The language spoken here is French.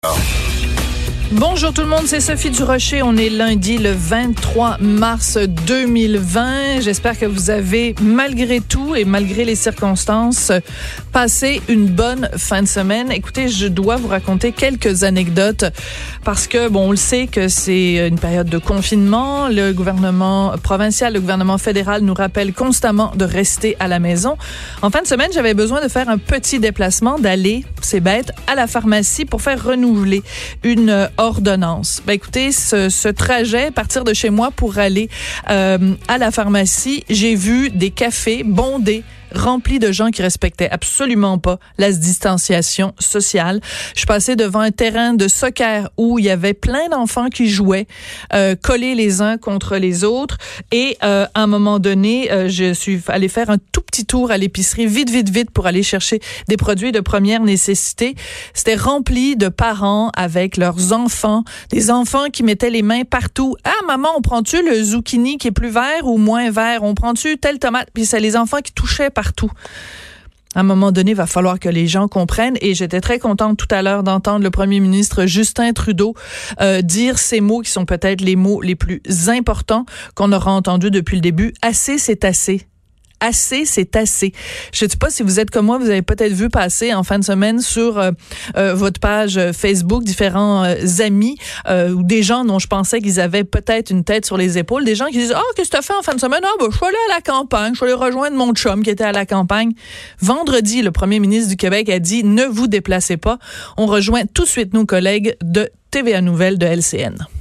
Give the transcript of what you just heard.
Bonjour tout le monde, c'est Sophie Durocher. On est lundi le 23 mars 2020. J'espère que vous avez, malgré tout et malgré les circonstances, passé une bonne fin de semaine. Écoutez, je dois vous raconter quelques anecdotes parce que, on le sait que c'est une période de confinement. Le gouvernement provincial, le gouvernement fédéral nous rappelle constamment de rester à la maison. En fin de semaine, j'avais besoin de faire un petit déplacement, d'aller, c'est bête, à la pharmacie pour faire renouveler une ordonnance. Écoutez, ce trajet, partir de chez moi pour aller à la pharmacie, j'ai vu des cafés bondés, rempli de gens qui respectaient absolument pas la distanciation sociale. Je suis passée devant un terrain de soccer où il y avait plein d'enfants qui jouaient, collés les uns contre les autres. Et à un moment donné, je suis allée faire un tout petit tour à l'épicerie, vite, pour aller chercher des produits de première nécessité. C'était rempli de parents avec leurs enfants, des enfants qui mettaient les mains partout. « Ah, maman, on prend-tu le zucchini qui est plus vert ou moins vert? On prend-tu telle tomate? » Puis c'est les enfants qui touchaient partout. À un moment donné, il va falloir que les gens comprennent et j'étais très contente tout à l'heure d'entendre le premier ministre Justin Trudeau dire ces mots qui sont peut-être les mots les plus importants qu'on aura entendus depuis le début. Assez, c'est assez. Assez, c'est assez. Je ne sais pas si vous êtes comme moi, vous avez peut-être vu passer en fin de semaine sur votre page Facebook différents amis ou des gens dont je pensais qu'ils avaient peut-être une tête sur les épaules, des gens qui disent « Ah, qu'est-ce que tu as fait en fin de semaine? Ah, je suis allé à la campagne, je suis allé rejoindre mon chum qui était à la campagne. » Vendredi, le premier ministre du Québec a dit « Ne vous déplacez pas. » On rejoint tout de suite nos collègues de TVA Nouvelles de LCN.